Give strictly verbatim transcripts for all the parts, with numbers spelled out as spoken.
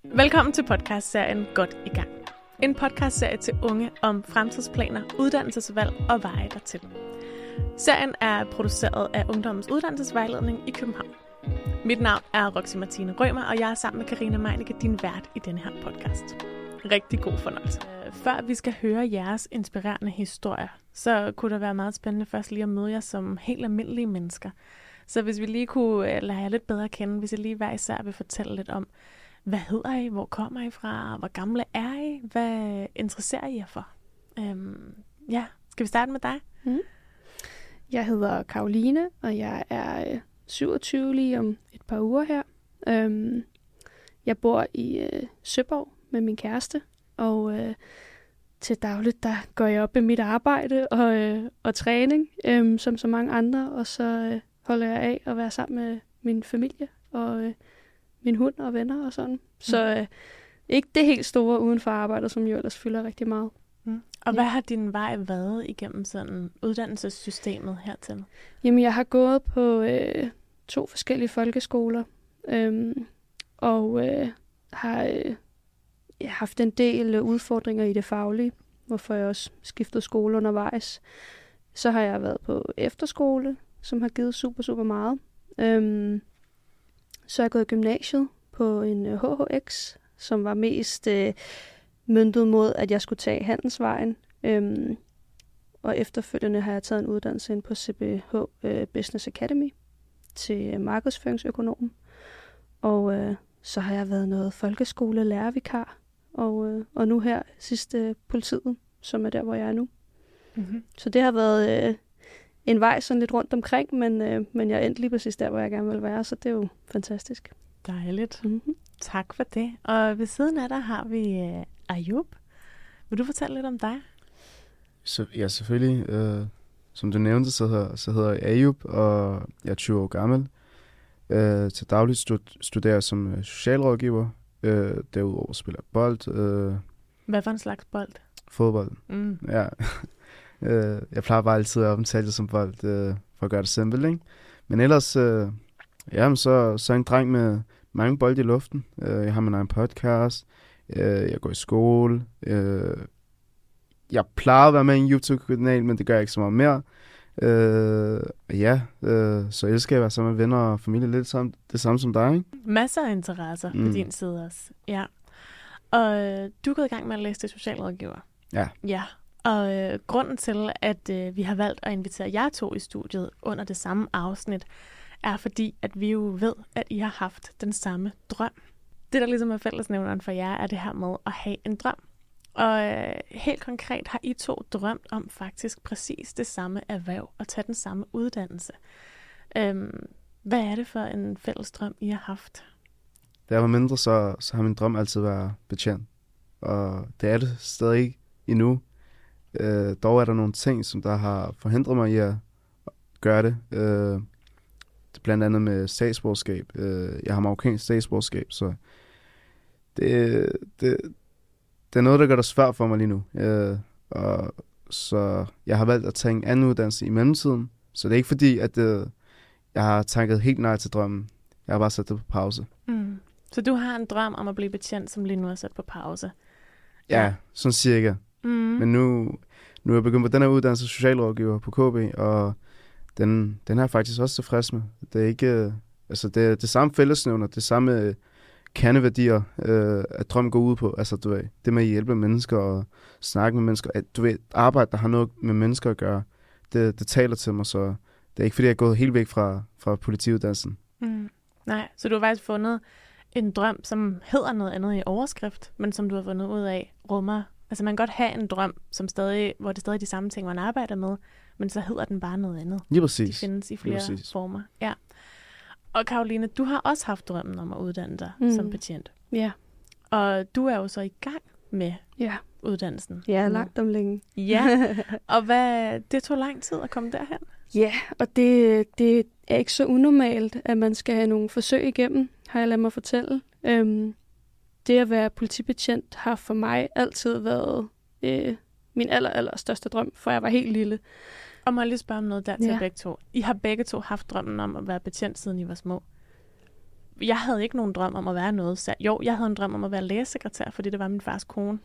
Velkommen til podcastserien Godt i gang. En podcastserie til unge om fremtidsplaner, uddannelsesvalg og veje dertil. Serien er produceret af Ungdommens Uddannelsesvejledning i København. Mit navn er Roxy Martine Rømer, og jeg er sammen med Karina Meinicke, din vært i denne her podcast. Rigtig god fornøjelse. Før vi skal høre jeres inspirerende historier, så kunne det være meget spændende først lige at møde jer som helt almindelige mennesker. Så hvis vi lige kunne lade jer lidt bedre at kende, hvis I lige hver især vil fortælle lidt om, hvad hedder I? Hvor kommer I fra? Hvor gamle er I? Hvad interesserer I jer for? Øhm, ja, skal vi starte med dig? Mm. Jeg hedder Karoline, og jeg er øh, syvogtyve lige om et par uger her. Øhm, jeg bor i øh, Søborg med min kæreste, og øh, til dagligt der går jeg op i mit arbejde og, øh, og træning, øh, som så mange andre, og så øh, holder jeg af at være sammen med min familie og øh, min hund og venner og sådan. Mm. Så øh, ikke det helt store uden for arbejdet, som jo ellers fylder rigtig meget. Mm. Og hvad har din vej været igennem sådan uddannelsessystemet hertil? Jamen, jeg har gået på øh, to forskellige folkeskoler, øh, og øh, har øh, jeg har haft en del udfordringer i det faglige, hvorfor jeg også skiftede skole undervejs. Så har jeg været på efterskole, som har givet super, super meget. Øh, så har jeg gået i gymnasiet på en øh, H H X, som var mest øh, møntet mod, at jeg skulle tage handelsvejen. Øhm, og efterfølgende har jeg taget en uddannelse ind på C B H øh, Business Academy til øh, markedsføringsøkonom. Og øh, så har jeg været noget folkeskole lærervikar, og, øh, og nu her sidste øh, politiet, som er der, hvor jeg er nu. Mm-hmm. Så det har været øh, en vej sådan lidt rundt omkring, men, øh, men jeg er endt lige præcis der, hvor jeg gerne vil være, så det er jo fantastisk. Dejligt. Mm-hmm. Tak for det. Og ved siden af dig har vi øh, Ayub. Vil du fortælle lidt om dig? Så, ja, selvfølgelig. Øh, som du nævnte, så hedder, så hedder jeg Ayub, og jeg er tyve år gammel. Øh, til dagligt stud- studerer jeg som øh, socialrådgiver. Øh, derudover spiller jeg bold. Øh, Hvad for en slags bold? Fodbold. Mm. Ja. øh, jeg plejer bare altid at omtale det som bold, øh, for at gøre det simpelt, ikke? Men ellers, øh, ja, så, så er jeg en dreng med mange bolde i luften. Øh, jeg har min egen podcast. Øh, jeg går i skole. Øh, jeg plejer at være med i en YouTube-kanal, men det gør jeg ikke så meget mere. Øh, ja, øh, så elsker jeg at være sammen med venner og familie. Lidt sammen, det samme som dig, ikke? Masser af interesser mm. på din side også. Ja. Og øh, du er gået i gang med at læse til socialrådgiver. Ja. Ja. Og øh, grunden til, at øh, vi har valgt at invitere jer to i studiet under det samme afsnit, er fordi, at vi jo ved, at I har haft den samme drøm. Det, der ligesom er fællesnævneren for jer, er det her med at have en drøm. Og øh, helt konkret har I to drømt om faktisk præcis det samme erhverv og tage den samme uddannelse. Øhm, hvad er det for en fælles drøm, I har haft? Da jeg var mindre, så, så har min drøm altid været betjent. Og det er det stadig ikke endnu. Øh, dog er der nogle ting, som der har forhindret mig i at gøre det. Øh, Blandt andet med statsborgerskab. Jeg har marokkansk statsborgerskab, så det, det, det er noget, der gør det svært for mig lige nu. Og så jeg har valgt at tage en anden uddannelse i mellemtiden. Så det er ikke fordi, at det, jeg har tanket helt nej til drømmen. Jeg har bare sat det på pause. Mm. Så du har en drøm om at blive betjent, som lige nu er sat på pause? Ja, ja, sådan cirka. Mm. Men nu, nu er jeg begyndt på den her uddannelse socialrådgiver på K B, og Den, den er jeg faktisk også tilfreds med. Det er ikke, altså det er det samme fællesnævner, det samme kerneværdier, øh, at drømmen går ud på. Altså du ved, det med at hjælpe mennesker og snakke med mennesker, at du ved, arbejde, der har noget med mennesker at gøre, det, det taler til mig, så det er ikke fordi, jeg er gået helt væk fra, fra politiuddannelsen. Mm. Nej, så du har faktisk fundet en drøm, som hedder noget andet i overskrift, men som du har fundet ud af rummer. Altså man kan godt have en drøm, som stadig, hvor det stadig er de samme ting, man arbejder med, men så hedder den bare noget andet. Lige præcis. De findes i flere former. Ja. Og Karoline, du har også haft drømmen om at uddanne dig mm. som betjent. Ja. Og du er jo så i gang med ja. uddannelsen. Ja, langt om længe. Ja, og hvad, det tog lang tid at komme derhen? Ja, og det, det er ikke så unormalt, at man skal have nogle forsøg igennem, har jeg ladet mig fortælle. Øhm, det at være politibetjent har for mig altid været øh, min aller, aller største drøm, for jeg var helt lille. Og må jeg lige spørge om noget der til ja. begge to. I har begge to haft drømmen om at være betjent, siden I var små. jeg havde ikke nogen drøm om at være noget. Så, jo, jeg havde en drøm om at være lægesekretær, fordi det var min fars kone.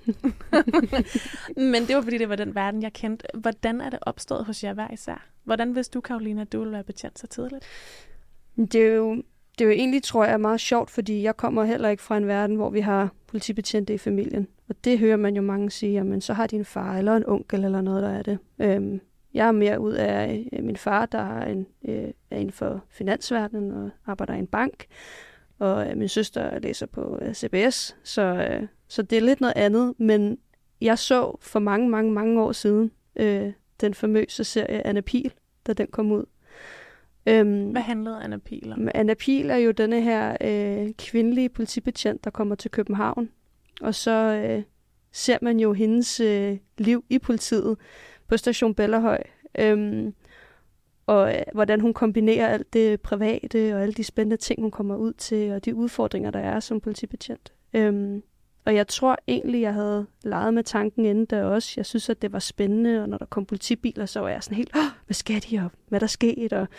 Men det var, fordi det var den verden, jeg kendte. Hvordan er det opstået hos jer hver især? Hvordan vidste du, Caroline, at du ville være betjent så tidligt? Det er jo, det er jo egentlig, tror jeg, meget sjovt, fordi jeg kommer heller ikke fra en verden, hvor vi har politibetjente i familien. Og det hører man jo mange sige, jamen så har din far eller en onkel eller noget, der er det. Øhm, jeg er mere ud af øh, min far, der er, en, øh, er inden for finansverdenen og arbejder i en bank. Og øh, min søster læser på øh, C B S, så, øh, så det er lidt noget andet. Men jeg så for mange, mange, mange år siden øh, den famøse serie Anna Pihl, da den kom ud. Øhm, Hvad handlede Anna Pihl om? Anna Pihl er jo denne her øh, kvindelige politibetjent, der kommer til København. Og så øh, ser man jo hendes øh, liv i politiet på Station Bellahøj. Øhm, og øh, hvordan hun kombinerer alt det private og alle de spændende ting, hun kommer ud til, og de udfordringer, der er som politibetjent. Øhm, og jeg tror egentlig, jeg havde leget med tanken inden da også. Jeg synes, at det var spændende, og når der kom politibiler, så var jeg sådan helt, hvad skal de op? Hvad der skete? Og,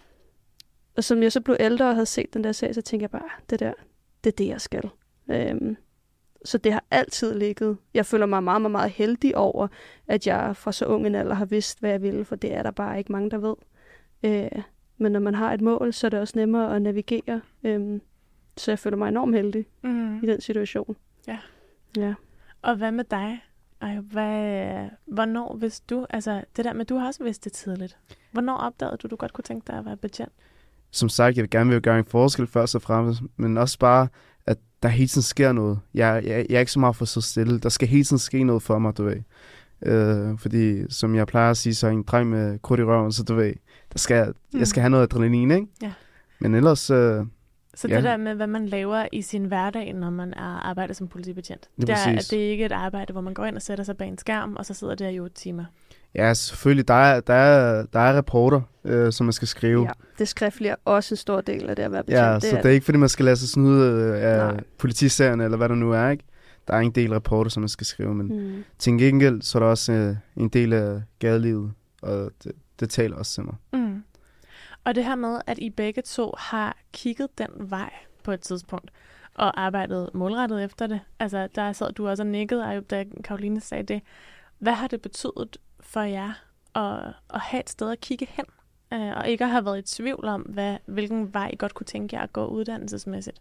og som jeg så blev ældre og havde set den der sag, så tænkte jeg bare, det der, det er det, jeg skal. Øhm, så det har altid ligget. Jeg føler mig meget, meget, meget heldig over, at jeg fra så ung en alder har vidst, hvad jeg ville, for det er der bare ikke mange, der ved. Øh, men når man har et mål, så er det også nemmere at navigere. Øhm, så jeg føler mig enormt heldig Mm. i den situation. Ja. Ja. Og hvad med dig? Ej, hvad, hvornår vidste du, altså det der med, du har også vidst det tidligt. Hvornår opdagede du, du godt kunne tænke dig at være betjent? Som sagt, jeg vil gerne vil gøre en forskel først og fremmest, men også bare, at der hele tiden sker noget. Jeg, jeg, jeg er ikke så meget for så stille. Der skal hele tiden ske noget for mig, du ved. Øh, fordi, som jeg plejer at sige, så er jeg en dreng med krudt i røven, så du ved, der skal, mm. jeg skal have noget adrenalin, ikke? Ja. Men ellers... Øh, Så ja. det der med, hvad man laver i sin hverdag, når man er arbejder som politibetjent, det, det er, at det er ikke et arbejde, hvor man går ind og sætter sig bag en skærm, og så sidder der i otte timer. Ja, selvfølgelig. Der er, der er, der er rapporter, øh, som man skal skrive. Ja, det skriftlige er også en stor del af det at være betjent. Ja, det så er det er ikke, fordi man skal lade sig snyde øh, af Nej. politiserierne, eller hvad der nu er, ikke? Der er en del rapporter, som man skal skrive, men Mm. til gengæld, så er der også øh, en del af gadelivet, og det, det taler også til mig. Mm. Og det her med, at I begge to har kigget den vej på et tidspunkt, og arbejdet målrettet efter det. Altså, der sad du også og nikkede, Ayub, da Caroline sagde det. Hvad har det betydet for jer at, at have et sted at kigge hen, øh, og ikke at have været i tvivl om, hvad, hvilken vej I godt kunne tænke jer at gå uddannelsesmæssigt?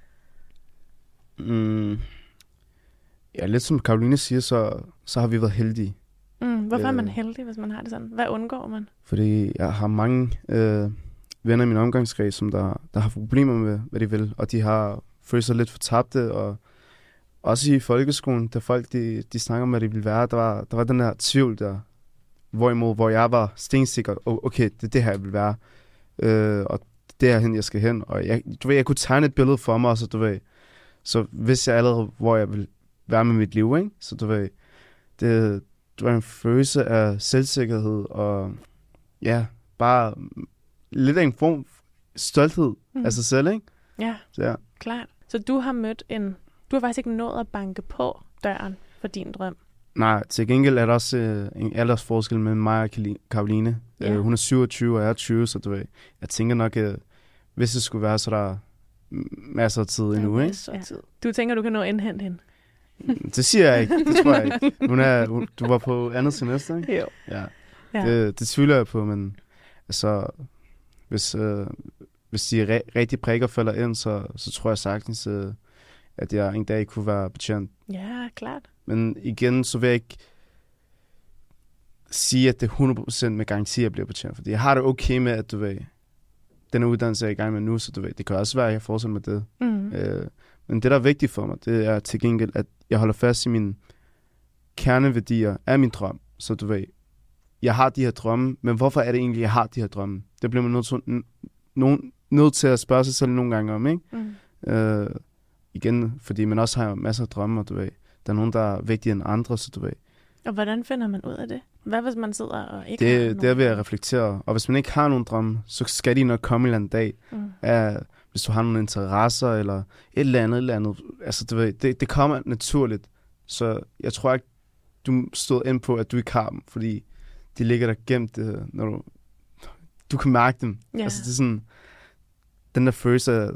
Mm. Ja, lidt som Caroline siger, så, så har vi været heldige. Mm, hvorfor Øh. er man heldig, hvis man har det sådan? Hvad undgår man? Fordi jeg har mange øh, venner i min omgangskreds, som der, der har problemer med, hvad de vil, og de har følt sig lidt fortabte, og også i folkeskolen, da folk de, de snakker om, hvad de vil være, der var, der var den her tvivl der, hvorimod, hvor jeg var stensikker, okay, det er det her, jeg vil være, øh, og det er hen, jeg skal hen, og jeg, du ved, jeg kunne tegne et billede for mig, så du ved, så vidste jeg allerede, hvor jeg vil være med mit liv, ikke? Så du ved, det, det var en følelse af selvsikkerhed, og ja, bare lidt af en form stolthed Mm. af sig selv, ikke? Ja, Så ja. klart. Så du har mødt en... Du har faktisk ikke nået at banke på døren for din drøm. Nej, til gengæld er der også øh, en aldersforskel mellem mig og Caroline. Ja. Øh, hun er syvogtyve, og jeg er tyve, så du ved, jeg tænker nok, øh, hvis det skulle være, så der er masser af tid endnu, ikke? Så Ja. tid. Du tænker, du kan nå at indhente hende? Det siger jeg ikke, det tror jeg ikke. Hun er, hun, du var på andet semester, ikke? Jo. Ja, Ja. det, det tvivler jeg på, men altså, hvis, øh, hvis de re- rigtige prikker falder ind, så, så tror jeg sagtens, øh, at jeg en dag kunne være betjent. Ja, klart. Men igen, så vil jeg ikke sige, at det er hundrede procent med garanti, at jeg bliver betjent. Fordi jeg har det okay med, at du ved, den uddannelse, jeg er i gang med nu, så du ved, det kan også være, at jeg fortsætter med det. Mm. Øh, men det, der er vigtigt for mig, det er til gengæld, at jeg holder fast i mine kerneværdier af min drøm. Så du ved, jeg har de her drømme, men hvorfor er det egentlig, jeg har de her drømme? Det bliver man nødt til, nogen, nødt til at spørge sig selv nogle gange om, ikke? Mm. Øh, igen, fordi man også har masser af drømme, og du ved, der er nogen, der er vigtigere end andre, så du ved. Og hvordan finder man ud af det? Hvad hvis man sidder og ikke har Det, nogen det er ved at drømme? reflektere. Og hvis man ikke har nogen drømme, så skal de nok komme en eller anden dag. Mm. Af, hvis du har nogle interesser, eller et eller andet, et eller andet. Altså, du ved, det, det kommer naturligt. Så jeg tror ikke, du stod ind på, at du ikke har dem, fordi de ligger der gemt, øh, når du... Du kan mærke dem. Ja. Altså, det er sådan... Den der følelse af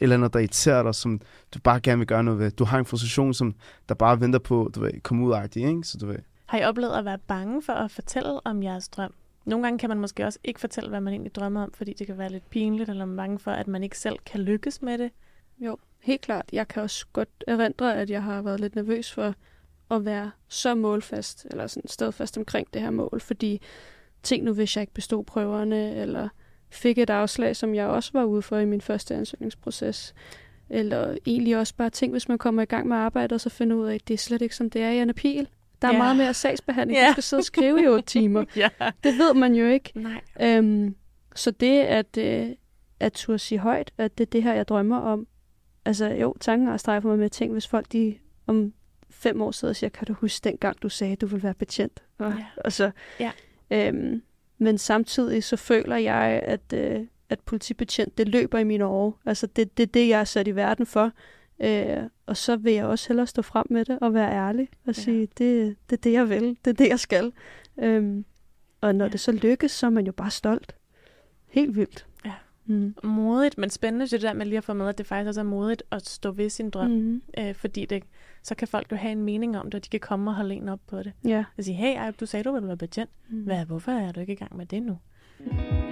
eller andet, der irriterer dig, som du bare gerne vil gøre noget ved. Du har en frustration, som der bare venter på, du ved, komme ud af det, ikke? Så du ved. Har I oplevet at være bange for at fortælle om jeres drøm? Nogle gange kan man måske også ikke fortælle, hvad man egentlig drømmer om, fordi det kan være lidt pinligt, eller man er bange for, at man ikke selv kan lykkes med det. Jo, helt klart. Jeg kan også godt erindre, at jeg har været lidt nervøs for at være så målfast, eller sådan stedfast omkring det her mål, fordi tænk nu, hvis jeg ikke bestod prøverne, eller fik et afslag, som jeg også var ude for i min første ansøgningsproces. Eller egentlig også bare tænk, hvis man kommer i gang med arbejdet, og så finder ud af, at det er slet ikke, som det er i Anna Pihl. Der er yeah. meget mere sagsbehandling, yeah. du skal sidde og skrive i otte timer. yeah. Det ved man jo ikke. Nej. Øhm, så det, at, øh, at turde sige højt, at det er det her, jeg drømmer om. Altså jo, tanken har strejfet mig med at tænke, hvis folk de om fem år sidder og siger, kan du huske dengang, du sagde, at du ville være betjent? Og, yeah. og så, yeah. øhm, men samtidig så føler jeg, at, øh, at politibetjent, det løber i mine år. Altså det, det er det, jeg er sat i verden for. Øh, og så vil jeg også hellere stå frem med det og være ærlig og ja. sige, det, det er det, jeg vil. Det er det, jeg skal. Øhm, og når ja. det så lykkes, så er man jo bare stolt. Helt vildt. Ja. Mm. Modigt, men spændende det der med lige at få med, at det faktisk også er modigt at stå ved sin drøm. Mm. Øh, fordi det, så kan folk jo have en mening om det, og de kan komme og holde en op på det. Ja. Og sige, hey, Ej, du sagde, du ville være betjent. Mm. Hvad, hvorfor er du ikke i gang med det nu? Mm.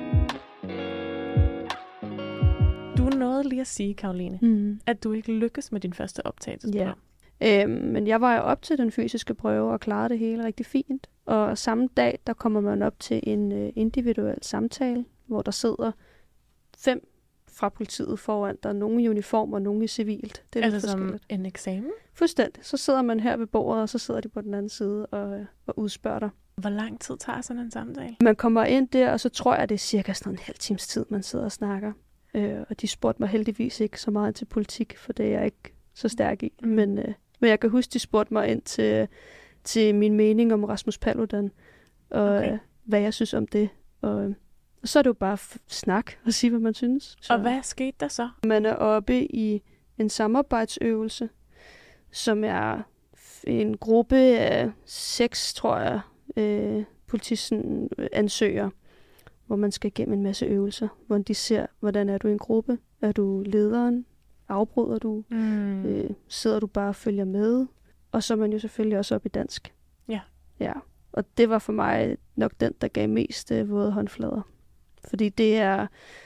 Du nåede lige at sige, Karoline, mm. at du ikke lykkes med din første optagelsesprøve. Ja. Øhm, men jeg var jo op til den fysiske prøve og klarede det hele rigtig fint. Og samme dag, der kommer man op til en øh, individuel samtale, hvor der sidder fem fra politiet foran. Der er nogle i uniform og nogle i civilt. Det er altså som en eksamen? Fuldstændig. Så sidder man her ved bordet, og så sidder de på den anden side og, og udspørger dig. Hvor lang tid tager sådan en samtale? Man kommer ind der, og så tror jeg, det er cirka sådan en halv times tid, man sidder og snakker. Øh, og de spurgte mig heldigvis ikke så meget til politik, for det er jeg ikke så stærk i. Mm. Men, øh, men jeg kan huske, de spurgte mig ind til, til min mening om Rasmus Paludan, og okay. øh, hvad jeg synes om det. Og, øh, og så er det jo bare f- snak og sige, hvad man synes. Så, og hvad skete der så? Man er oppe i en samarbejdsøvelse, som er en gruppe af seks, tror jeg, øh, politiansøgere, hvor man skal igennem en masse øvelser, hvor de ser, hvordan er du i en gruppe? Er du lederen? Afbryder du? Mm. Øh, sidder du bare og følger med? Og så er man jo selvfølgelig også op i dansk. Ja. Ja. Og det var for mig nok den, der gav mest øh, våde håndflader. Fordi det er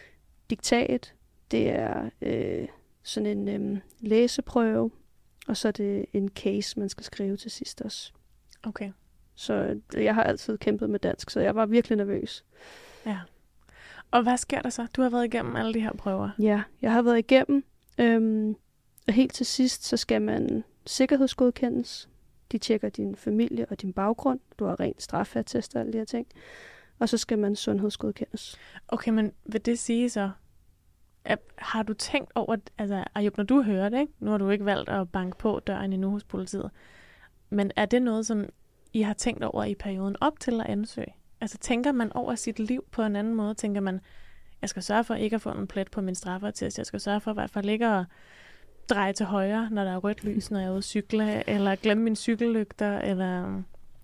diktat, det er øh, sådan en øh, læseprøve, og så er det en case, man skal skrive til sidst også. Okay. Så jeg har altid kæmpet med dansk, så jeg var virkelig nervøs. Ja. Og hvad sker der så? Du har været igennem alle de her prøver. Ja, jeg har været igennem. Øhm, og helt til sidst, så skal man sikkerhedsgodkendes. De tjekker din familie og din baggrund. Du har rent straffeattest og alle de her ting. Og så skal man sundhedsgodkendes. Okay, men vil det sige så, at, har du tænkt over, altså Ayub, når du hører det, ikke? Nu har du ikke valgt at banke på døren endnu hos politiet. Men er det noget, som I har tænkt over i perioden op til at ansøge? Altså tænker man over sit liv på en anden måde? Tænker man, jeg skal sørge for ikke at få en plet på min straffeattest. Jeg skal sørge for i hvert fald ikke at dreje til højre, når der er rødt lys, når jeg er ude at cykle, eller glemme mine cykellygter, eller...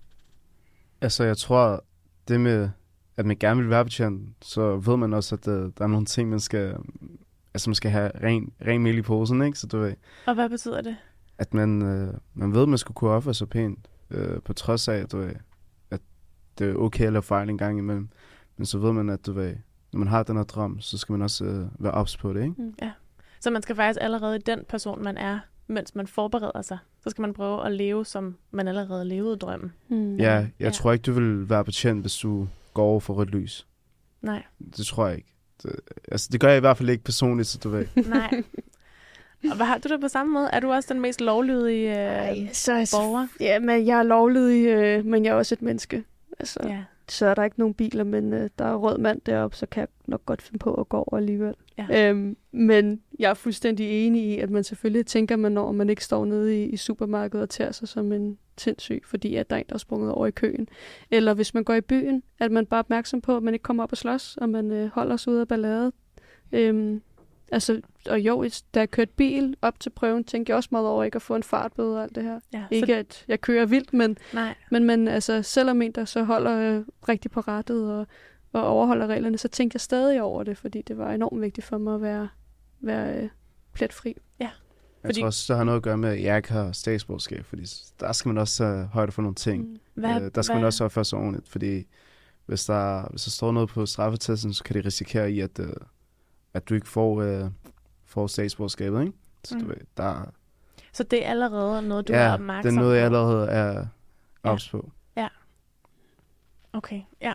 Altså, jeg tror, det med, at man gerne vil være betjent, så ved man også, at der, der er nogle ting, man skal... Altså, man skal have ren, ren mel i posen, ikke? Så du ved... Og hvad betyder det? At man, øh, man ved, at man skal kunne opføre sig pænt, øh, på trods af, du ved, at det er okay at lave fejl en gang imellem. Men så ved man, at du ved, når man har den her drøm, så skal man også øh, være ops på det, ikke? Mm, ja. Så man skal faktisk allerede i den person, man er, mens man forbereder sig, så skal man prøve at leve, som man allerede levede drømmen. Mm. Ja, jeg ja. tror ikke, du vil være betjent, hvis du går over for rødt lys. Nej. Det tror jeg ikke. Det, altså, det gør jeg i hvert fald ikke personligt, så du ved. Nej. Og hvad har du det på samme måde? Er du også den mest lovlydige øh, Ej, så er borger? Ja, men jeg er lovlydig, øh, men jeg er også et menneske. Altså, ja. Så er der ikke nogen biler, men øh, der er rød mand deroppe, så kan jeg nok godt finde på at gå over alligevel. Ja. Øhm, men jeg er fuldstændig enig i, at man selvfølgelig tænker, man når man ikke står nede i, i supermarkedet og tager sig som en sindssyg, fordi at der er en, der er sprunget over i køen. Eller hvis man går i byen, at man bare er opmærksom på, at man ikke kommer op og slås, og man øh, holder sig ude af ballade. Øhm, altså, og jo, da jeg kørte bil op til prøven, tænkte jeg også meget over ikke at få en fartbøde og alt det her. Ja, ikke at jeg kører vildt, men, men, men altså, selvom en, der så holder øh, rigtig på rettet og, og overholder reglerne, så tænkte jeg stadig over det, fordi det var enormt vigtigt for mig at være, være, øh, pletfri. Jeg Fordi- tror også, det har noget at gøre med, at jeg ikke har statsborgerskab, fordi der skal man også have højde for nogle ting. Mm. Hvad, Øh, der skal hvad, man også opføre sig ordentligt, fordi hvis der, hvis der står noget på straffetesten, så kan det risikere i, at, øh, at du ikke får, øh, får statsborgerskabet, ikke? Så Mm. du ved, der, Så det er allerede noget, du ja, er det opmærksom er noget, jeg på? allerede er ops på. Okay, ja.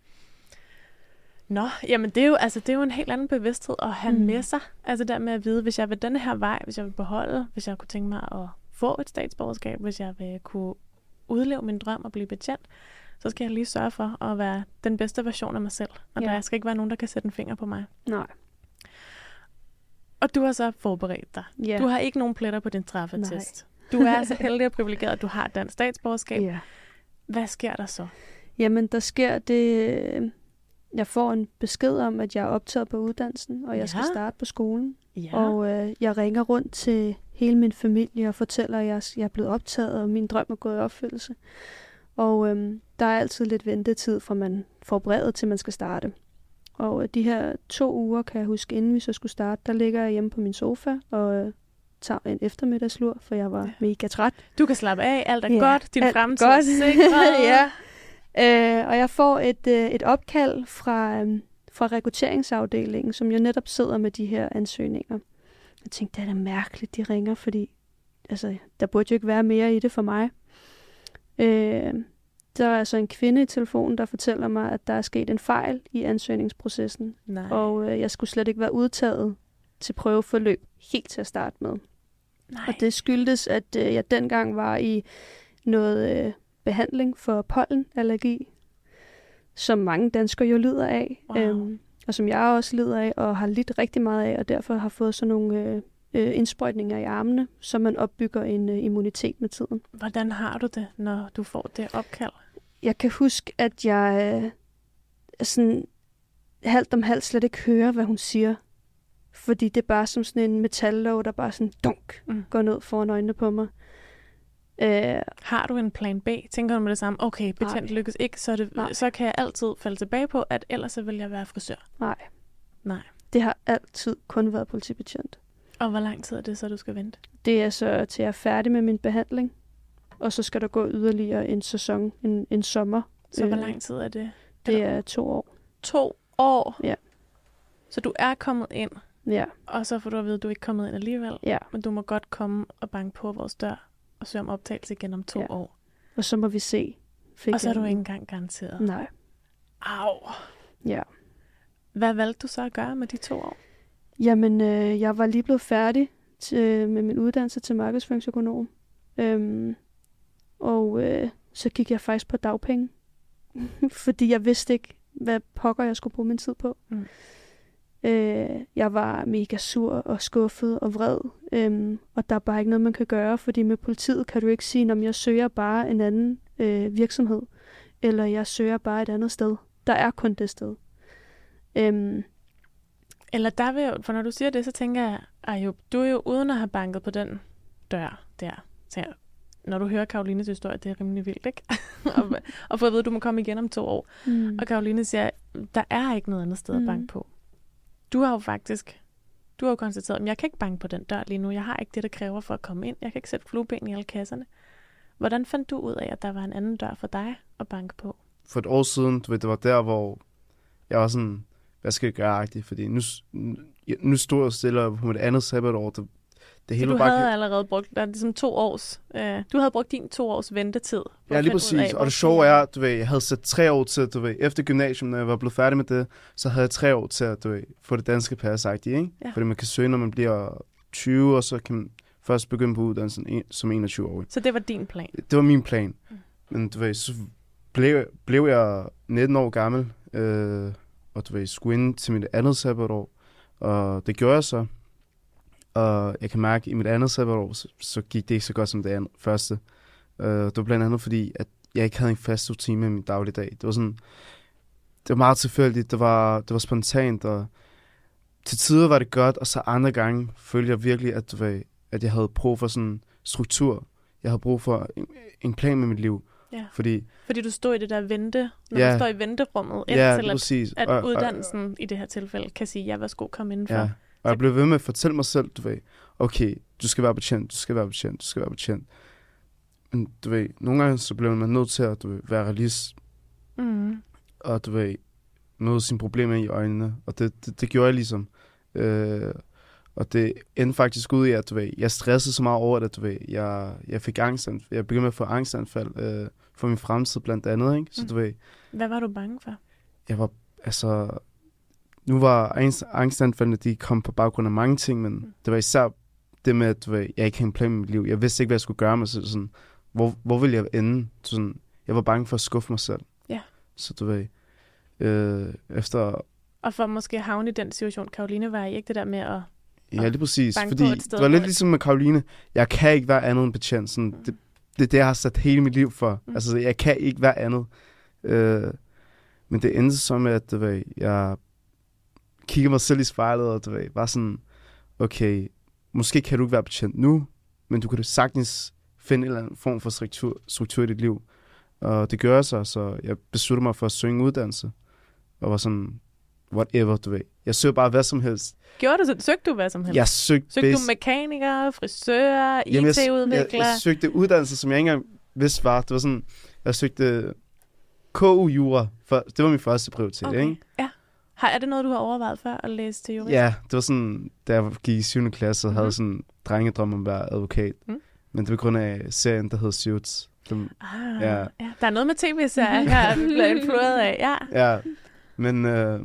Nå, jamen det er jo, altså, det er jo en helt anden bevidsthed at have Mm. med sig. Altså der med at vide, hvis jeg vil denne her vej, hvis jeg vil beholde, hvis jeg kunne tænke mig at få et statsborgerskab, hvis jeg vil kunne udleve min drøm og blive betjent, så skal jeg lige sørge for at være den bedste version af mig selv. Og Ja. der skal ikke være nogen, der kan sætte en finger på mig. Nej. Og du har så forberedt dig. Ja. Du har ikke nogen pletter på din straffetest. Du er så heldig og privilegeret, at du har dansk statsborgerskab. Ja. Hvad sker der så? Jamen, der sker det... Jeg får en besked om, at jeg er optaget på uddannelsen, og jeg Ja. skal starte på skolen. Ja. Og øh, jeg ringer rundt til hele min familie og fortæller, at jeg, jeg er blevet optaget, og min drøm er gået i opfyldelse. Og øh, der er altid lidt ventetid, fra man får brevet til man skal starte. Og øh, de her to uger, kan jeg huske, inden vi så skulle starte, der ligger jeg hjemme på min sofa og øh, tager en eftermiddagslur, for jeg var Ja. mega træt. Du kan slappe af, alt er Ja, godt, din alt fremtid godt. er sikret. Ja. Øh, og jeg får et, øh, et opkald fra, øh, fra rekrutteringsafdelingen, som jo netop sidder med de her ansøgninger. Jeg tænkte, det er da mærkeligt, de ringer, fordi altså, der burde jo ikke være mere i det for mig. Øh, der er altså en kvinde i telefonen, der fortæller mig, at der er sket en fejl i ansøgningsprocessen, Nej. og øh, jeg skulle slet ikke være udtaget til prøveforløb helt til at starte med. Nej. Og det skyldtes, at øh, jeg dengang var i noget øh, behandling for pollenallergi, som mange danskere jo lider af, Wow. øhm, og som jeg også lider af, og har lidt rigtig meget af, og derfor har fået sådan nogle øh, øh, indsprøjtninger i armene, så man opbygger en øh, immunitet med tiden. Hvordan har du det, når du får det opkald? Jeg kan huske, at jeg øh, sådan halvt om halvt slet ikke hører, hvad hun siger, fordi det er bare som sådan en metallåg, der bare sådan dunk Mm. går ned foran øjnene på mig. Øh, Har du en plan B? Tænker du med det samme? Okay, betjent Nej. lykkes ikke, så, er det, Nej. så kan jeg altid falde tilbage på, at ellers så vil jeg være frisør. nej. Nej. Det har altid kun været politibetjent. Og hvor lang tid er det så, du skal vente? Det er så til jeg er færdig med min behandling, og så skal der gå yderligere en sæson, en, en sommer. Så hvor Øh, lang tid er det? Det er to år. To år? Ja. Så du er kommet ind, Ja, og så får du at vide, at du ikke er kommet ind alligevel. ja. Men du må godt komme og banke på vores dør og søge om optagelse igen om to Ja. år. Og så må vi se. Fik Og så er jeg du den. ikke engang garanteret. Nej, Au. ja. Hvad valgte du så at gøre med de to år? Jamen, øh, jeg var lige blevet færdig til, med min uddannelse til markedsføringsøkonom. Øhm, og øh, så gik jeg faktisk på dagpenge. Fordi jeg vidste ikke, hvad pokker jeg skulle bruge min tid på. Mm. Øh, jeg var mega sur og skuffet og vred. Øhm, og der er bare ikke noget, man kan gøre. Fordi med politiet kan du ikke sige, om jeg søger bare en anden øh, virksomhed. Eller jeg søger bare et andet sted. Der er kun det sted. Øhm, Eller der vil jeg, for når du siger det, så tænker jeg, Ayub, du er jo uden at have banket på den dør der. Så jeg, når du hører Karolines historie, det er rimelig vildt, ikke? og, og få at vide, at du må komme igen om to år. mm. Og Karoline siger, der er ikke noget andet sted at Mm. banke på. Du har jo faktisk, du har jo konstateret, at jeg kan ikke banke på den dør lige nu. Jeg har ikke det, der kræver for at komme ind. Jeg kan ikke sætte flueben i alle kasserne. Hvordan fandt du ud af, at der var en anden dør for dig at banke på? For et år siden, du ved, det var der, hvor jeg var sådan, hvad skal jeg gøre-agtig, fordi nu, nu, nu stod jeg stille på mit andet sabbatår. Det, det Så hele du var bare... havde allerede brugt, der er ligesom to års, øh, du havde brugt din to års ventetid. på Ja, at lige finde ud af, præcis. hvor Og det skal sjove jeg- er, du ved, jeg havde sat tre år til, du ved, efter gymnasium, når jeg var blevet færdig med det, så havde jeg tre år til at, du ved, få det danske pas, ikke? Ja. Fordi man kan søge, når man bliver tyve, og så kan man først begynde på uddannelsen en- som enogtyve-årig. Så det var din plan. Det var min plan. Mm. Men du ved, så blev, blev jeg nitten år gammel, øh, og du ved, skulle ind til mit andet sabbatår, og det gjorde jeg så. Og jeg kan mærke, at i mit andet sabbatår, så, så gik det ikke så godt som det andet, første. Uh, det var blandt andet fordi, at jeg ikke havde en fast rutine i min dagligdag. Det var sådan, det var meget tilfældigt, det var, det var spontant, og til tider var det godt, og så andre gange følte jeg virkelig, at, du ved, at jeg havde brug for sådan struktur. Jeg havde brug for en, en plan med mit liv. Ja. Fordi, Fordi du stod i det der vente, når Ja. du står i venterummet, ja, indtil lige at, præcis. at Og- og- uddannelsen i det her tilfælde kan sige, ja, værsgo, kom indenfor. Ja, Og jeg blev ved med at fortælle mig selv, du ved, okay, du skal være betjent, du skal være betjent, du skal være betjent. Men du ved, nogle gange så bliver man nødt til at du ved, være realist. Mm. Og du ved, møde sine problemer i øjnene. Og det, det, det gjorde jeg ligesom. Øh, og det endte faktisk ud i, at du ved, jeg stressede så meget over det, du ved. Jeg, jeg fik angstanfald. Jeg begyndte med at få angstanfald øh, for min fremtid blandt andet, ikke? Så Mm. du ved, Hvad var du bange for? jeg var, altså... Nu var angst, angstanfaldene, de kom på baggrund af mange ting, men Mm. det var især det med, at du ved, jeg ikke havde en plan med mit liv. Jeg vidste ikke, hvad jeg skulle gøre med så sådan, hvor, hvor ville jeg ende? Så sådan, jeg var bange for at skuffe mig selv. Ja. Så du ved, øh, efter... Og for måske at havne i den situation, Karoline var i, ikke det der med at... Ja, lige præcis. bange Fordi på et sted, det var lidt hvor- ligesom med Karoline. Jeg kan ikke være andet end betjent. Sådan, Mm. det, det er det, jeg har sat hele mit liv for. Mm. Altså, jeg kan ikke være andet. Øh, men det endte så med, at du ved, jeg kigger mig selv i spejlet, og du ved, var sådan, okay, måske kan du ikke være betjent nu, men du kan da sagtens finde en eller anden form for struktur, struktur i dit liv. Og det gør så, så jeg besluttede mig for at søge en uddannelse. Og var sådan, whatever, du ved. Jeg søger bare hvad som helst. Gjorde du så? Søgte du hvad som helst? Jeg søgte, Søgte du bas- mekaniker, frisør, Jamen, jeg, jeg, I T-udvikler? jeg søgte uddannelse, som jeg ikke engang vidste var. Det var sådan, jeg søgte K U-jura. For, det var min første prioritet, Okay. ikke? Ja. Har, er det noget, du har overvejet før at læse til jurist? Ja, det var sådan, da jeg gik i syvende klasse, Mhm. havde jeg sådan en drengedrøm om at være advokat. Mm. Men det var på grund af serien, der hed Suits. Dem, Ah, Ja. ja. Der er noget med tv-serier, jeg bliver influeret af. Ja. ja, men øh,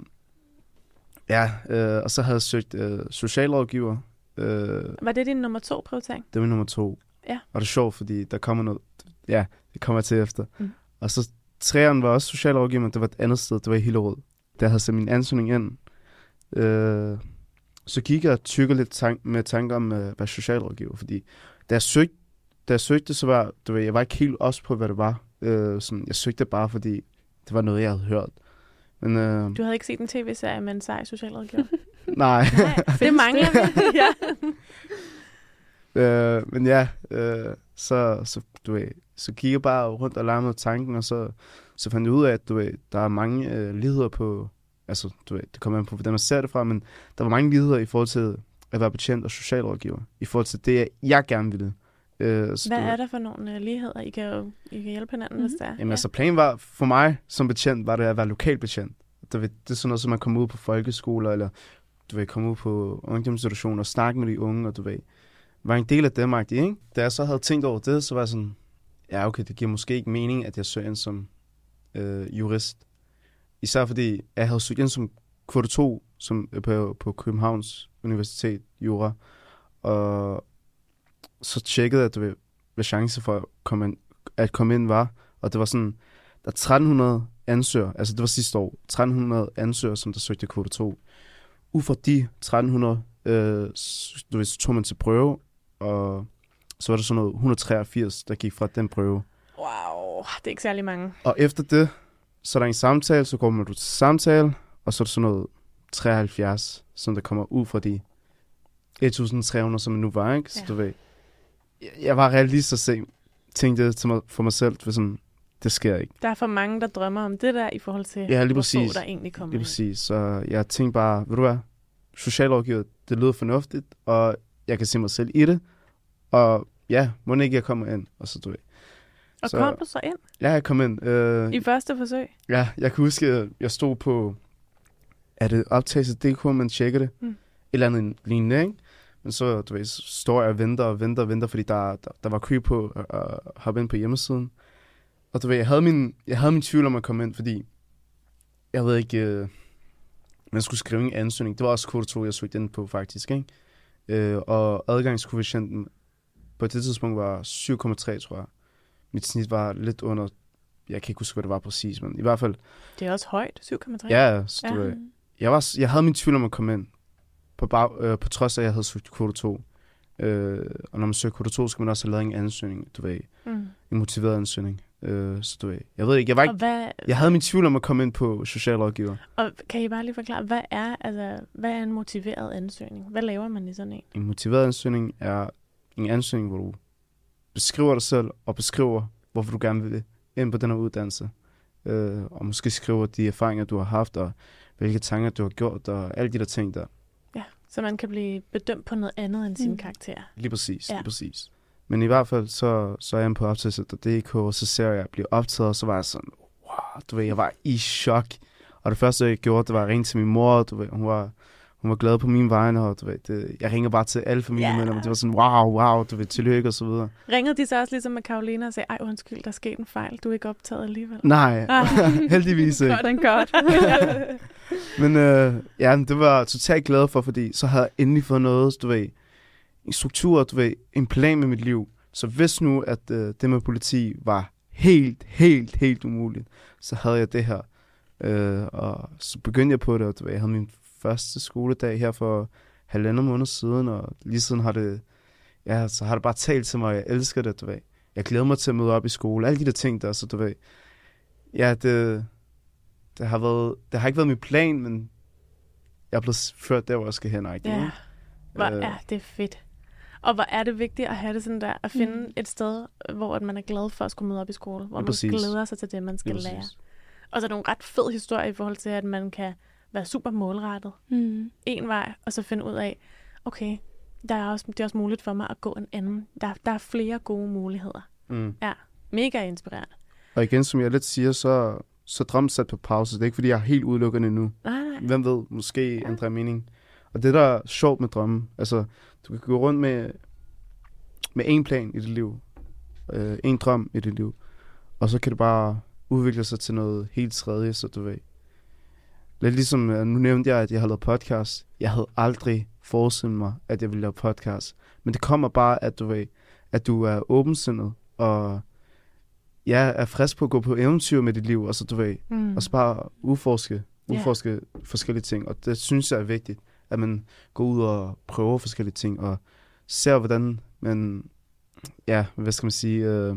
ja, øh, og så havde jeg søgt øh, socialrådgiver. Øh, Var det din nummer to prioritering? det var nummer to. Ja. Og det er sjovt, fordi der kommer noget, ja, det kommer jeg til efter. Mm. Og så træeren var også socialrådgiver, men det var et andet sted, det var i Hillerød. Der havde sendt min ansøgning ind. Øh, så gik jeg og tykkede lidt tank- med tanker om at være socialrådgiver, fordi da jeg søgte, da jeg søgte så var, du ved, jeg var ikke helt også på, hvad det var. Øh, sådan, jeg søgte bare, fordi det var noget, jeg havde hørt. Men, øh, Du havde ikke set en tv-serie med en sej socialrådgiver? nej. Nej, det mangler vi. ja. øh, men ja, øh, så, så, du ved, så gik jeg bare rundt og larmede tanken, og så, så fandt jeg ud af, at du ved, der er mange øh, ligheder på, altså du ved, det kommer an på, hvordan man ser det fra, men der var mange ligheder i forhold til at være betjent og socialrådgiver, i forhold til det, jeg gerne ville. Øh, så, Hvad du ved, er der for nogle uh, ligheder? I kan jo I kan hjælpe hinanden, mm-hmm. hvis det er. Jamen altså, planen var, for mig som betjent, var det at være lokalbetjent. Du ved, det er sådan noget, som man kommer ud på folkeskoler, eller du ved, komme ud på ungdomsinstitutioner og snakke med de unge, og du ved, var en del af dem, ikke? Da jeg så havde tænkt over det, så var jeg sådan, ja okay, det giver måske ikke mening, at jeg søger ind som øh, jurist. Især fordi, jeg havde søgt ind som kvote to som, øh, på, på Københavns Universitet, jura, og så tjekkede jeg, at du ved, hvad chance for at komme ind, at komme ind var, og det var sådan, der er tretten hundrede ansøgere, altså det var sidste år, tretten hundrede ansøgere, som der søgte kvote to. Ud fra de tretten hundrede, øh, du ved, så tog man til prøve, og så var der sådan noget et hundrede og treogfirs, der gik fra den prøve. Wow, det er ikke særlig mange. Og efter det, så er der en samtale, så kommer du til samtale, og så er der sådan noget treoghalvfjerds, som der kommer ud fra de et tusind tre hundrede, som det nu var, ikke? Så Ja. du ved, jeg, jeg var realist og se, tænkte det til mig, for mig selv, for sådan, det sker ikke. Der er for mange, der drømmer om det der, i forhold til, Ja, lige hvor præcis. få der egentlig kommer Lige ind. præcis. Så jeg tænkte bare, ved du hvad, socialrådgiver, det lyder fornuftigt, og jeg kan se mig selv i det, og ja, må ikke jeg kommer ind, og så du ved. Og så, kom du så ind Ja, jeg kom ind. Øh, i første forsøg? ja, jeg kan huske, at jeg stod på, er det optagelse punktum d k, man tjekker det? Mm. Et eller andet lignende, ikke? Men så, du ved, så står jeg og venter og venter og venter, fordi der, der, der var kø på at, at hoppe ind på hjemmesiden. Og du ved, jeg havde min, jeg havde min tvivl om at komme ind, fordi jeg ved ikke, øh, man skulle skrive en ansøgning. Det var også kvote to, jeg søgte ind på faktisk, ikke? Øh, og adgangskoefficienten på det tidspunkt var syv komma tre, tror jeg. Mit snit var lidt under, jeg kan ikke huske, hvad det var præcis, men i hvert fald. Det er også højt, syv komma tre. Ja, så du Ja. ved, jeg, var, jeg havde min tvivl om at komme ind, på, bag, øh, på trods af, at jeg havde søgt kvote to. Øh, og når man søger kvote to, skal man også have lavet en ansøgning, du ved, Mm. en motiveret ansøgning. Øh, så du ved, jeg ved ikke, jeg var ikke, Og, hvad, jeg havde min tvivl om at komme ind på socialrådgiver. og kan I bare lige forklare, hvad er, altså, hvad er en motiveret ansøgning? Hvad laver man i sådan en? En motiveret ansøgning er en ansøgning, hvor du beskriver dig selv, og beskriver, hvorfor du gerne vil ind på den her uddannelse. Øh, og måske skriver de erfaringer, du har haft, og hvilke tanker, du har gjort, og alle de der ting der. Ja. Så man kan blive bedømt på noget andet end sine Mm. karakterer. Lige præcis, Ja. lige præcis. Men i hvert fald, så, så er jeg på optagelser punktum d k, og så ser jeg, at blive optaget, og så var jeg sådan, wow, du ved, jeg var i chok. Og det første, jeg gjorde, det var at ringe til min mor, du ved, hun var, hun var glad på min vegne, og du ved, det, jeg ringer bare til alle familiemedlemmer, Ja. det var sådan, wow, wow, du ved, tillykke og så videre. Ringede de så også ligesom med Karoline og sagde, ej undskyld, der er sket en fejl, du er ikke optaget alligevel? Nej, Ah. heldigvis ikke. Godt and godt. Men øh, ja, det var jeg totalt glad for, fordi så havde jeg endelig fået noget, du ved, en struktur, du ved, en plan med mit liv. Så hvis nu, at øh, det med politi var helt, helt, helt umuligt, så havde jeg det her. Øh, og så begyndte jeg på det, og du ved, jeg havde min første skoledag her for halvandet måned siden, og lige siden har det, ja, så har det bare talt til mig, og jeg elsker det, du ved. Jeg glæder mig til at møde op i skole, alle de der ting der, så du ved, ja, det, det har været, det har ikke været min plan, men jeg er blevet ført der, hvor jeg skal hen, ikke? Ja, hvor Øh. er det fedt. Og hvor er det vigtigt at have det sådan der, at finde Mm. et sted, hvor at man er glad for at skulle møde op i skole, hvor Ja, man præcis. glæder sig til det, man skal Lige lære. præcis. Og så er det nogle ret fed historier i forhold til, at man kan være super målrettet Mm. en vej, og så finde ud af, okay, der er også, det er også muligt for mig at gå en anden. Der, der er flere gode muligheder. Mm. Ja, mega inspirerende. Og igen, som jeg lidt siger, så, så drømmen sat på pause. Det er ikke, fordi jeg er helt udelukkende endnu. Nej, nej. Hvem ved, måske ja. ændrer jeg mening. Og det, der er sjovt med drømmen, altså, du kan gå rundt med, med en plan i dit liv, øh, en drøm i dit liv, og så kan det bare udvikle sig til noget helt tredje, så du ved. Lidt ligesom, øh, nu nævnte jeg, at jeg har lavet podcast. Jeg havde aldrig forestillet mig, at jeg ville lave podcast. Men det kommer bare, at du ved, at du er åbensindet, og jeg er frisk på at gå på eventyr med dit liv, og så du ved, Mm. og så bare udforske, Ja. udforske forskellige ting. Og det synes jeg er vigtigt, at man går ud og prøver forskellige ting, og ser, hvordan man, ja, hvad skal man sige, øh,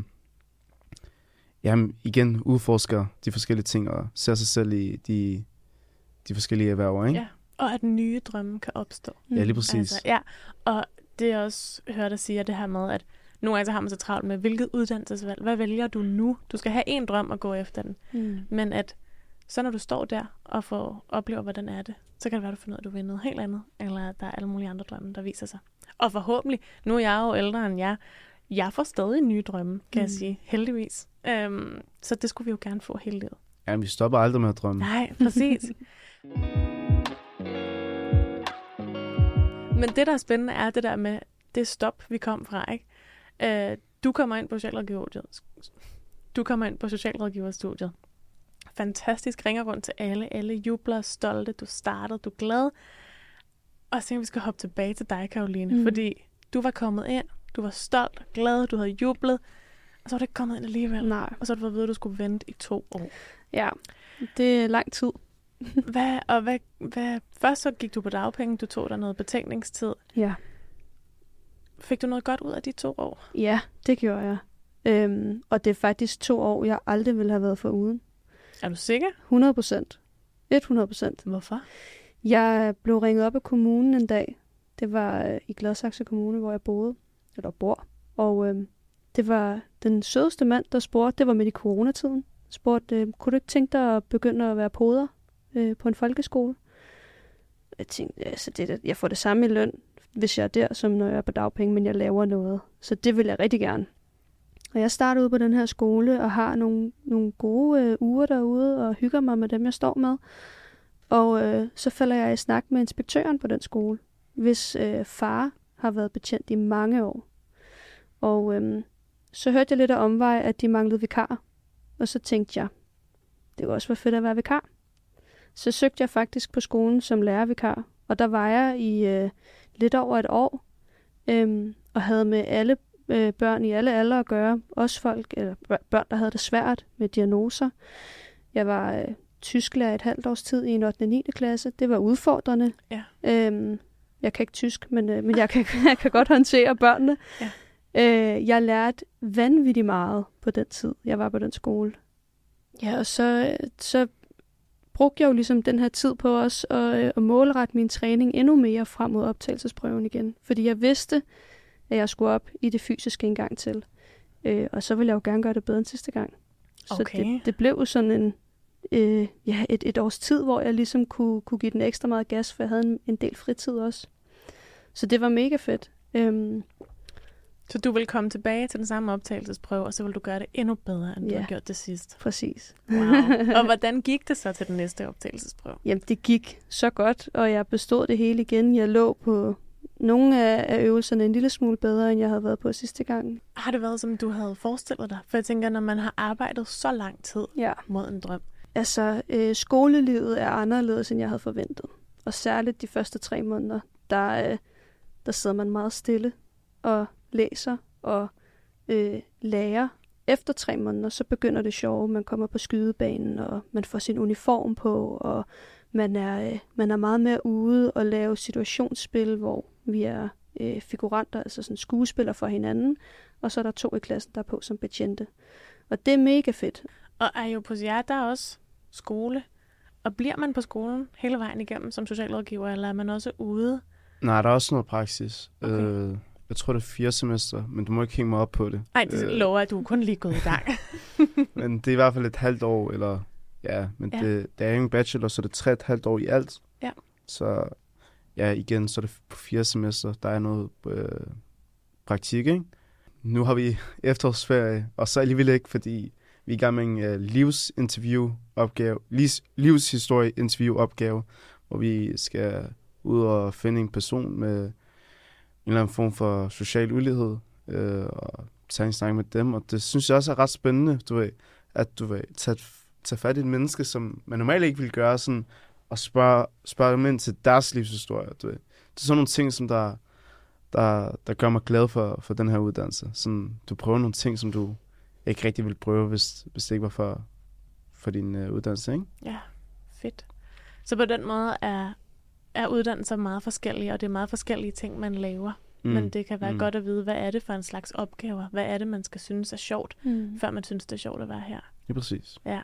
jamen, igen udforsker de forskellige ting, og ser sig selv i de, de forskellige erhverv, ikke? Ja, og at nye drømme kan opstå. Ja, lige præcis. Altså, ja, og det er også hørt dig sige det her med, at nogle gange så har man så travlt med, hvilket uddannelsesvalg, hvad vælger du nu? Du skal have en drøm og gå efter den. Mm. Men at så når du står der og får oplever, hvordan er det, så kan det være, at du finder ud af, at du vil noget helt andet, eller at der er alle mulige andre drømme, der viser sig. Og forhåbentlig, nu er jeg jo ældre end jer, jeg får stadig nye drømme, kan mm. jeg Mm. sige, heldigvis. Øhm, så det skulle vi jo gerne få hele livet. Jamen, vi stopper aldrig med at drømme. Nej, præcis. Men det, der er spændende, er det der med det stop, vi kom fra, ikke? Øh, du kommer ind på socialrådgiverstudiet. Du kommer ind på socialrådgiverstudiet. Fantastisk, ringer rundt til alle. Alle jubler, stolte. Du startede, du er glad. Og så tænker vi, vi skal hoppe tilbage til dig, Karoline. Mm. Fordi du var kommet ind, du var stolt og glad, du havde jublet. Og så var du ikke kommet ind alligevel. Nej. Og så har du fået at vide, at du skulle vente i to år. Ja, det er lang tid. Hvad, og hvad, hvad, først så gik du på dagpenge, du tog dig noget betænkningstid. Ja. Fik du noget godt ud af de to år? Ja, det gjorde jeg. Øhm, og det er faktisk to år, jeg aldrig ville have været foruden. Er du sikker? hundrede procent. hundrede procent. Hvorfor? Jeg blev ringet op af kommunen en dag. Det var øh, i Gladsaxe Kommune, hvor jeg boede, eller bor. Og øh, det var den sødeste mand, der spurgte, det var midt i coronatiden, spurgte, øh, kunne du ikke tænke dig at begynde at være poder øh, på en folkeskole? Jeg tænkte, altså, det, jeg får det samme i løn, hvis jeg er der, som når jeg er på dagpenge, men jeg laver noget. Så det vil jeg rigtig gerne. Og jeg starter ud på den her skole og har nogle, nogle gode øh, uger derude og hygger mig med dem, jeg står med. Og øh, så falder jeg i snak med inspektøren på den skole, hvis øh, far har været betjent i mange år. Og øh, så hørte jeg lidt af omvej, at de manglede vikar. Og så tænkte jeg, det kunne også være fedt at være vikar. Så søgte jeg faktisk på skolen som lærervikar. Og der var jeg i øh, lidt over et år. Øh, og havde med alle øh, børn i alle aldre at gøre. Også folk, eller børn, der havde det svært med diagnoser. Jeg var øh, tysklærer et halvt års tid i en ottende og niende klasse. Det var udfordrende. Ja. Øhm, jeg kan ikke tysk, men, øh, men jeg, kan, jeg kan godt håndtere børnene. Ja. Øh, jeg lærte vanvittigt meget på den tid, jeg var på den skole. Ja, og så, så brugte jeg jo ligesom den her tid på os at, øh, at målrette min træning endnu mere frem mod optagelsesprøven igen. Fordi jeg vidste, at jeg skulle op i det fysiske en gang til. Øh, og så ville jeg jo gerne gøre det bedre end sidste gang. Så Okay. det, det blev jo sådan en, øh, ja, et, et års tid, hvor jeg ligesom kunne, kunne give den ekstra meget gas, for jeg havde en, en del fritid også. så det var mega fedt. Øhm, Så du vil komme tilbage til den samme optagelsesprøve, og så vil du gøre det endnu bedre, end du Ja. har gjort det sidst. præcis. Wow. Og hvordan gik det så til den næste optagelsesprøve? Jamen, det gik så godt, og jeg bestod det hele igen. Jeg lå på nogle af, af øvelserne en lille smule bedre, end jeg havde været på sidste gang. Har det været, som du havde forestillet dig? For jeg tænker, når man har arbejdet så lang tid Ja. mod en drøm. Altså, øh, skolelivet er anderledes, end jeg havde forventet. Og særligt de første tre måneder, der, øh, der sidder man meget stille og læser og øh, lærer. Efter tre måneder, så begynder det sjove. Man kommer på skydebanen, og man får sin uniform på, og man er, øh, man er meget mere ude og lave situationsspil, hvor vi er øh, figuranter, altså sådan skuespillere for hinanden, og så er der to i klassen, der er på som betjente. Og det er mega fedt. Og er jo på jer, der er også skole. Og bliver man på skolen hele vejen igennem som socialrådgiver, eller er man også ude? Nej, der er også noget praksis. Okay. Øh, jeg tror, det er fire semester, men du må ikke hænge mig op på det. Nej, det Øh. lover jeg, at du er kun lige gået i gang. Men det er i hvert fald et halvt år, eller ja, men Ja. ja. Det, det er jo en bachelor, så det er tre et halvt år i alt. Ja. Så ja, igen, så er det på fire semester, der er noget øh, praktik, ikke? Nu har vi efterårsferie, og så alligevel ikke, fordi vi er i gang med en uh, livsinterview-opgave, livs, livshistorie-interview-opgave, hvor vi skal ud og finde en person med en eller anden form for social ulighed, øh, og tage en snak med dem, og det synes jeg også er ret spændende, du ved, at du vil tage, tage fat i et menneske, som man normalt ikke vil gøre sådan, og spørge, spørge dem ind til deres livshistorie, du ved. Det er sådan nogle ting, som der, der, der gør mig glad for, for den her uddannelse. Sådan, du prøver nogle ting, som du ikke rigtig ville prøve, hvis, hvis det ikke var for, for din uh, uddannelse, ikke? Ja, fedt. Så på den måde er, er uddannelser meget forskellige, og det er meget forskellige ting, man laver. Mm. Men det kan være mm. godt at vide, hvad er det for en slags opgaver? Hvad er det, man skal synes er sjovt, Mm. før man synes, det er sjovt at være her? Ja, præcis. Ja,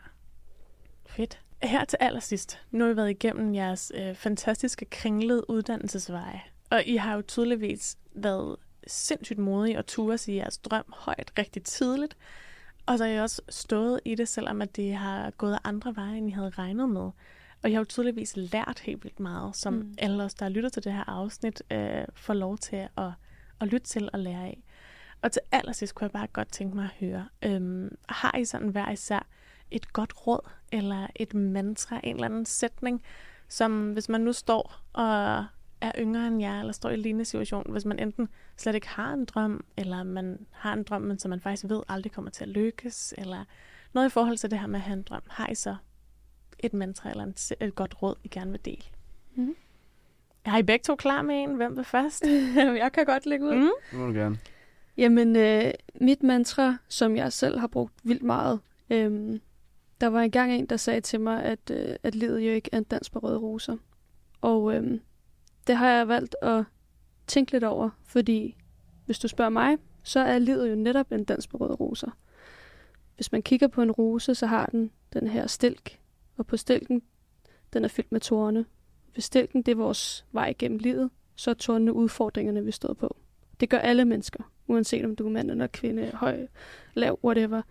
fedt. Her til allersidst, nu har vi været igennem jeres øh, fantastiske kringlede uddannelsesveje. Og I har jo tydeligvis været sindssygt modige og turde sige jeres drøm højt rigtig tidligt. Og så har I også stået i det, selvom at det har gået af andre veje, end I havde regnet med. Og jeg har jo tydeligvis lært helt vildt meget, som mm. alle os, der lytter til det her afsnit, øh, får lov til at, at lytte til og lære af. Og til allersidst kunne jeg bare godt tænke mig at høre, øhm, har I sådan hver især et godt råd, eller et mantra, en eller anden sætning, som hvis man nu står og er yngre end jer, eller står i en lignende situation, hvis man enten slet ikke har en drøm, eller man har en drøm, men som man faktisk ved aldrig kommer til at lykkes, eller noget i forhold til det her med at have en drøm, har I så et mantra eller en, et godt råd, I gerne vil dele? Mm. Er I begge to klar med en? Hvem vil først? Jeg kan godt lægge ud. Mm. Det må du gerne. Jamen, øh, mit mantra, som jeg selv har brugt vildt meget, øh, der var engang en, der sagde til mig, at, øh, at livet jo ikke er en dans på røde roser. Og øh, det har jeg valgt at tænke lidt over, fordi hvis du spørger mig, så er livet jo netop en dans på røde roser. Hvis man kigger på en rose, så har den den her stilk, og på stilken, den er fyldt med torne. Hvis stilken, det er vores vej gennem livet, så er tornene udfordringerne, vi står på. Det gør alle mennesker, uanset om du er mand eller kvinde, høj, lav, whatever.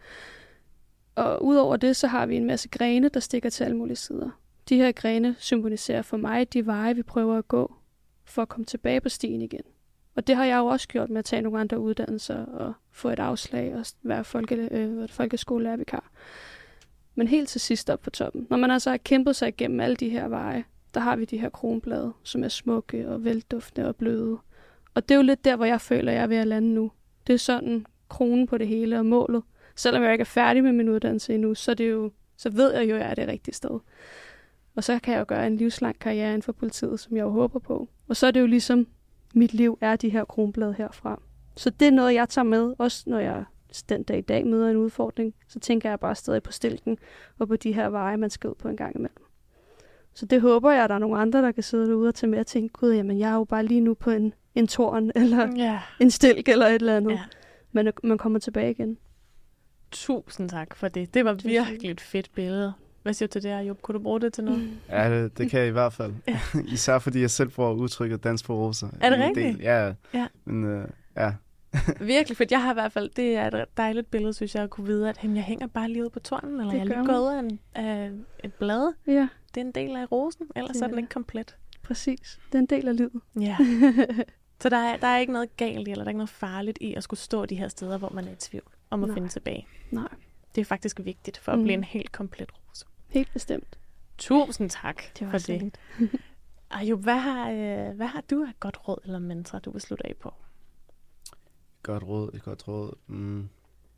Og udover det, så har vi en masse grene, der stikker til alle mulige sider. De her grene symboliserer for mig de veje, vi prøver at gå, for at komme tilbage på stien igen. Og det har jeg jo også gjort med at tage nogle andre uddannelser og få et afslag og være folke, øh, folkeskolelærervikar. Men helt til sidst op på toppen, når man altså har kæmpet sig igennem alle de her veje, der har vi de her kronblade, som er smukke og velduftende og bløde. Og det er jo lidt der, hvor jeg føler, jeg er ved at lande nu. Det er sådan kronen på det hele og målet. Selvom jeg ikke er færdig med min uddannelse endnu, så, er det jo, så ved jeg jo, at jeg er det rigtige sted. Og så kan jeg jo gøre en livslang karriere inden for politiet, som jeg jo håber på. Og så er det jo ligesom, mit liv er de her kronblade herfra. Så det er noget, jeg tager med, også når jeg den dag i dag møder en udfordring. Så tænker jeg bare stadig på stilken og på de her veje, man skal ud på en gang imellem. Så det håber jeg, at der er nogle andre, der kan sidde derude og tage med og tænke, gud, jamen jeg er jo bare lige nu på en, en tårn, eller Ja. en stilk, eller et eller andet. Ja. Men man kommer tilbage igen. Tusind tak for det. Det var Tusind. virkelig et fedt billede. Hvad siger du til det her, Job? Kunne du bruge det til noget? Ja, det, det kan jeg i hvert fald. Ja. Især fordi jeg selv får udtrykket dans på roser. Er det En rigtigt? del. Ja, Ja. men øh, ja. Virkelig fedt. Jeg har i hvert fald, det er et dejligt billede, synes jeg, at kunne vide, at jamen, jeg hænger bare lige ude på tårnen, eller Det jeg er gør lige man. gået ud af, en, af et blad. Ja, Det er en del af rosen, ellers Det er er den det. ikke komplet. præcis. Det er en del af livet. Ja. Så der er, der er ikke noget galt i, eller der er ikke noget farligt i at skulle stå de her steder, hvor man er i tvivl om at Nej. finde tilbage. Nej. Det er faktisk vigtigt for at Mm. blive en helt komplet rose. Helt bestemt. Tusind tak Det var for så det. lidt. Ajo, hvad har, øh, hvad har du af godt råd eller mantra, du vil slutte af på? Godt råd, et godt råd. Mm.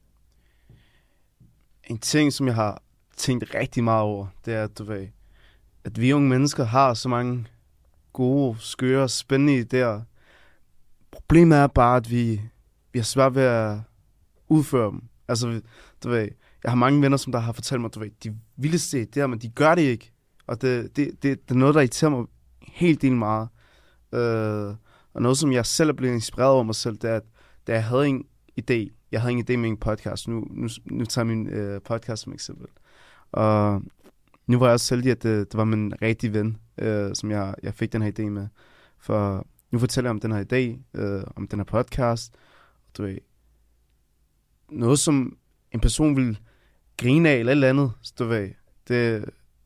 En ting, som jeg har tænkt rigtig meget over, det er, at, du ved, at vi unge mennesker har så mange gode, skøre, spændende idéer. Problemet er bare, at vi, vi har svært ved at udføre dem. Altså, du ved, jeg har mange venner, som der har fortalt mig, du ved, de vildeste idéer, men de gør det ikke. Og det, det, det, det er noget, der irriterer mig helt vildt meget. Uh, og noget, som jeg selv er blevet inspireret over mig selv, det er, at da jeg havde en idé, jeg havde en idé med en podcast, nu, nu, nu tager jeg min uh, podcast som eksempel. Og nu var jeg også heldig, at det, det var min rigtige ven, uh, som jeg, jeg fik den her idé med. For nu fortæller jeg om den her idé, uh, om den her podcast. Du ved, noget, som en person vil grine af eller et eller andet, du ved, det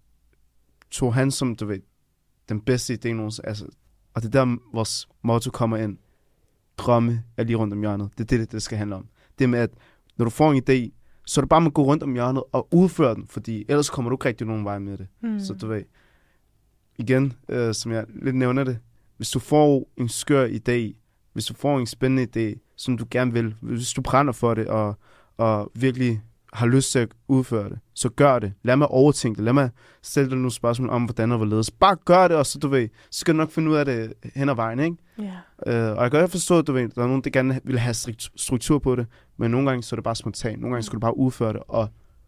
tog han som, du ved, den bedste idé nogensinde. Altså, og det er der, vores motto kommer ind. Drømme er lige rundt om hjørnet. Det er det, det skal handle om. Det med, at når du får en idé, så er det bare med at gå rundt om hjørnet og udføre den, fordi ellers kommer du ikke rigtig nogen vej med det. Mm. Så du ved, igen, øh, som jeg lidt nævner det, hvis du får en skør idé, hvis du får en spændende idé, som du gerne vil, hvis du brænder for det, og, og virkelig har lyst til at udføre det, så gør det. Lad mig overtænke det. Lad mig stille dig nogle spørgsmål om, hvordan og hvorledes. Bare gør det, og så, du ved, så skal du nok finde ud af det hen ad vejen, ikke? Ja. Øh, og jeg kan godt forstå, at du ved, der er nogen, der gerne vil have struktur på det, men nogle gange så er det bare spontant. Nogle gange skal du bare udføre det, og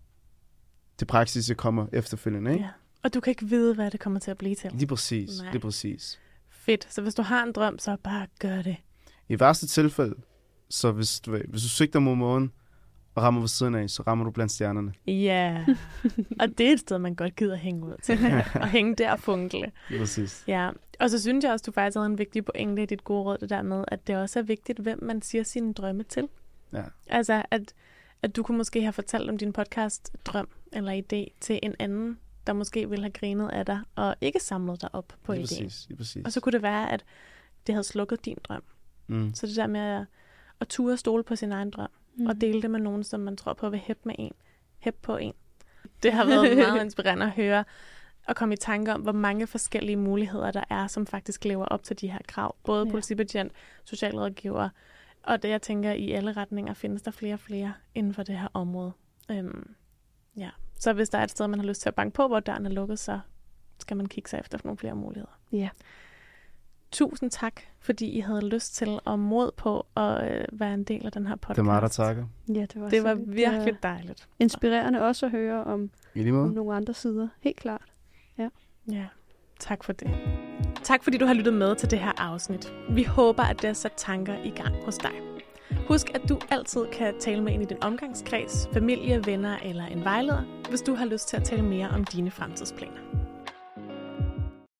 det praksis kommer efterfølgende, ikke? Ja. Og du kan ikke vide, hvad det kommer til at blive til. Lige præcis. Nej. Lige præcis. Fedt. Så hvis du har en drøm, så bare gør det. I værste tilfælde, så hvis du, ved, hvis du sigter mod månen, og rammer ved siden af, så rammer du blandt stjernerne. Ja. Og det er et sted, man godt gider hænge ud til. Og hænge der og funkle. Lige præcis. Ja. Og så synes jeg også, du faktisk havde en vigtig pointe i dit gode råd, det der med, at det også er vigtigt, hvem man siger sine drømme til. Ja. Altså, at, at du kunne måske have fortalt om din podcast-drøm eller idé til en anden, der måske ville have grinet af dig, og ikke samlet dig op på Lige idéen. præcis. Lige præcis. Og så kunne det være, at det havde slukket din drøm. Mm. Så det der med at, at ture stole på sin egen drøm, Mm. og dele det med nogen, som man tror på vil hæppe med en. Hæppe på en. Det har været meget inspirerende at høre, og komme i tanke om, hvor mange forskellige muligheder der er, som faktisk lever op til de her krav. Både Ja. politibetjent, socialrådgiver, og det jeg tænker, i alle retninger findes der flere og flere inden for det her område. Øhm, ja. Så hvis der er et sted, man har lyst til at banke på, hvor døren er lukket, så skal man kigge sig efter nogle flere muligheder. Ja. Tusind tak, fordi I havde lyst til og mod på at øh, være en del af den her podcast. Det er mig, der takker. Ja, det var, Det var så lidt, virkelig øh, dejligt. inspirerende også at høre om, I lige om måde. nogle andre sider. Helt klart. Ja, tak for det. Tak fordi du har lyttet med til det her afsnit. Vi håber, at det har sat tanker i gang hos dig. Husk, at du altid kan tale med en i din omgangskreds, familie, venner eller en vejleder, hvis du har lyst til at tale mere om dine fremtidsplaner.